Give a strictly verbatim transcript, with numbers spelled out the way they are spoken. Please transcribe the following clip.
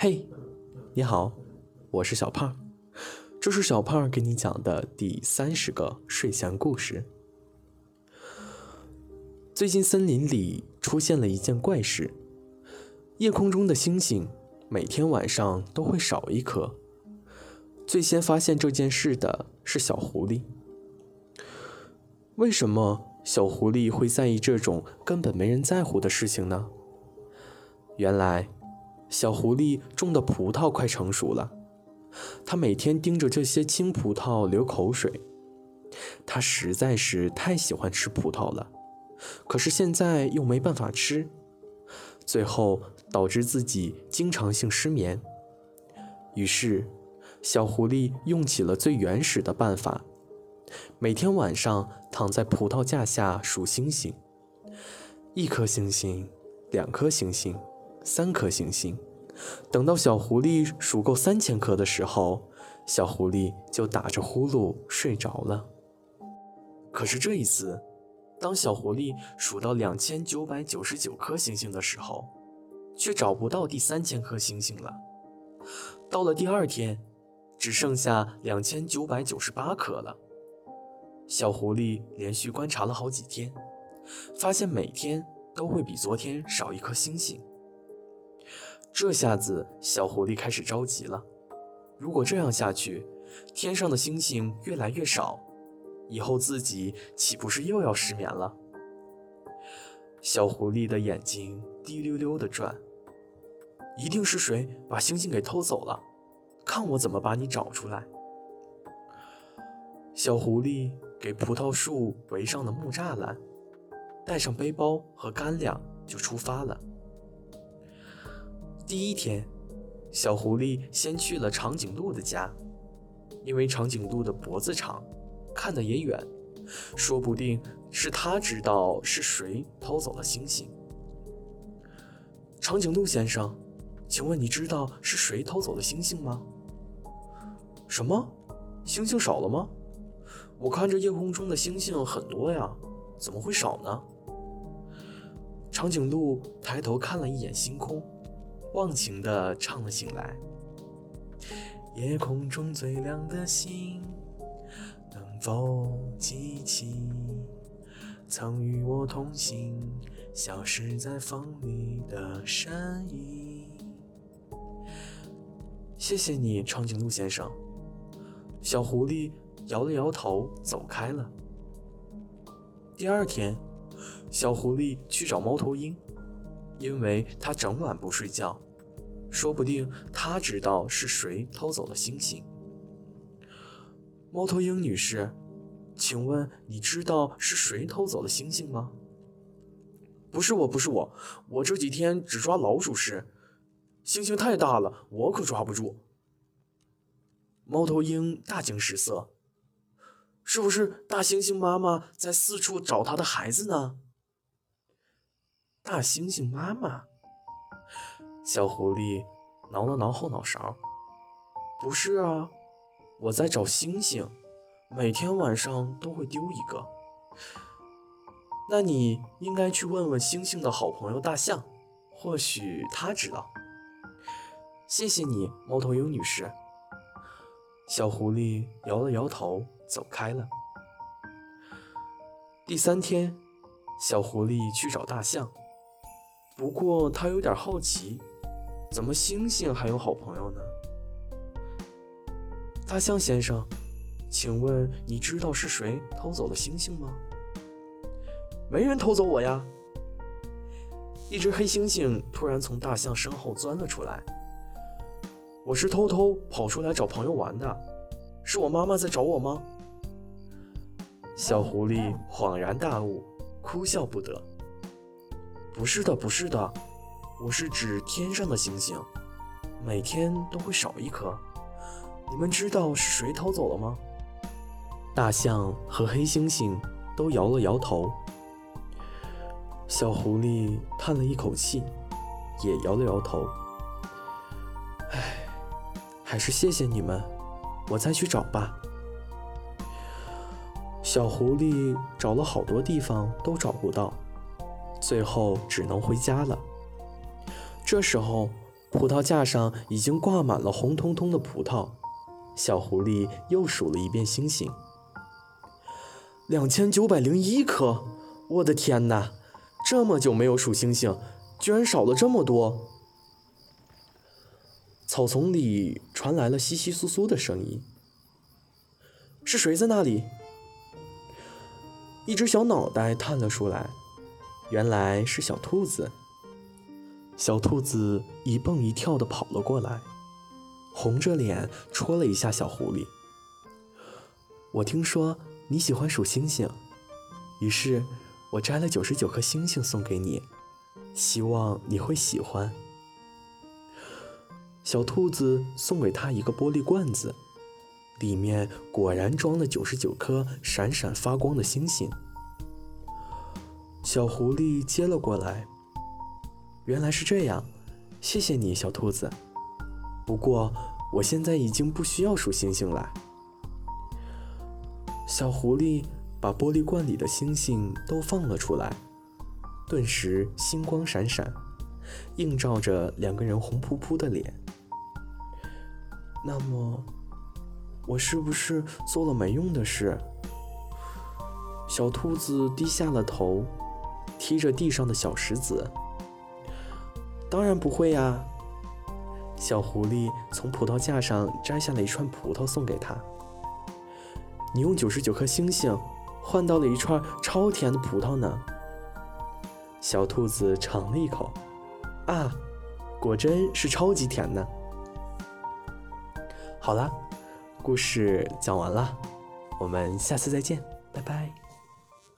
嘿，你好，我是小胖，这是小胖给你讲的第三十个睡前故事。最近森林里出现了一件怪事，夜空中的星星每天晚上都会少一颗。最先发现这件事的是小狐狸。为什么小狐狸会在意这种根本没人在乎的事情呢？原来小狐狸种的葡萄快成熟了，它每天盯着这些青葡萄流口水。它实在是太喜欢吃葡萄了，可是现在又没办法吃，最后导致自己经常性失眠。于是小狐狸用起了最原始的办法，每天晚上躺在葡萄架下数星星，一颗星星，两颗星星，三颗星星。等到小狐狸数够三千颗的时候，小狐狸就打着呼噜睡着了。可是这一次，当小狐狸数到两千九百九十九颗星星的时候，却找不到第三千颗星星了。到了第二天，只剩下两千九百九十八颗了。小狐狸连续观察了好几天，发现每天都会比昨天少一颗星星。这下子小狐狸开始着急了，如果这样下去，天上的星星越来越少，以后自己岂不是又要失眠了？小狐狸的眼睛滴溜溜地转，一定是谁把星星给偷走了，看我怎么把你找出来。小狐狸给葡萄树围上了木栅栏，带上背包和干粮就出发了。第一天，小狐狸先去了长颈鹿的家，因为长颈鹿的脖子长，看得也远，说不定是他知道是谁偷走了星星。长颈鹿先生，请问你知道是谁偷走了星星吗？什么？星星少了吗？我看着夜空中的星星很多呀，怎么会少呢？长颈鹿抬头看了一眼星空，忘情地唱了起来：夜空中最亮的星，能否记起曾与我同行，消失在风里的身影。谢谢你，长颈鹿先生。小狐狸摇了摇头，走开了。第二天，小狐狸去找猫头鹰，因为他整晚不睡觉，说不定他知道是谁偷走了星星。猫头鹰女士，请问你知道是谁偷走了星星吗？不是我，不是我，我这几天只抓老鼠屎，星星太大了，我可抓不住。猫头鹰大惊失色，是不是大猩猩妈妈在四处找她的孩子呢？大猩猩妈妈？小狐狸挠了挠后脑勺，不是啊，我在找星星，每天晚上都会丢一个。那你应该去问问星星的好朋友大象，或许他知道。谢谢你，猫头鹰女士。小狐狸摇了摇头，走开了。第三天，小狐狸去找大象，不过他有点好奇，怎么星星还有好朋友呢？大象先生，请问你知道是谁偷走了星星吗？没人偷走我呀！一只黑猩猩突然从大象身后钻了出来。我是偷偷跑出来找朋友玩的，是我妈妈在找我吗？小狐狸恍然大悟，哭笑不得。不是的，不是的，我是指天上的星星，每天都会少一颗。你们知道是谁偷走了吗？大象和黑猩猩都摇了摇头。小狐狸叹了一口气，也摇了摇头。唉，还是谢谢你们，我再去找吧。小狐狸找了好多地方都找不到，最后只能回家了。这时候葡萄架上已经挂满了红彤彤的葡萄，小狐狸又数了一遍星星，两千九百零一颗！我的天哪，这么久没有数星星，居然少了这么多！草丛里传来了窸窸窣窣的声音，是谁在那里？一只小脑袋探了出来，原来是小兔子。小兔子一蹦一跳地跑了过来，红着脸戳了一下小狐狸。我听说你喜欢数星星，于是我摘了九十九颗星星送给你，希望你会喜欢。小兔子送给他一个玻璃罐子，里面果然装了九十九颗闪闪发光的星星。小狐狸接了过来，原来是这样，谢谢你，小兔子。不过我现在已经不需要数星星了。小狐狸把玻璃罐里的星星都放了出来，顿时星光闪闪，映照着两个人红扑扑的脸。那么，我是不是做了没用的事？小兔子低下了头，踢着地上的小石子。当然不会呀。小狐狸从葡萄架上摘下了一串葡萄送给他。你用九十九颗星星换到了一串超甜的葡萄呢。小兔子尝了一口，啊，果真是超级甜呢。好啦，故事讲完了，我们下次再见，拜拜。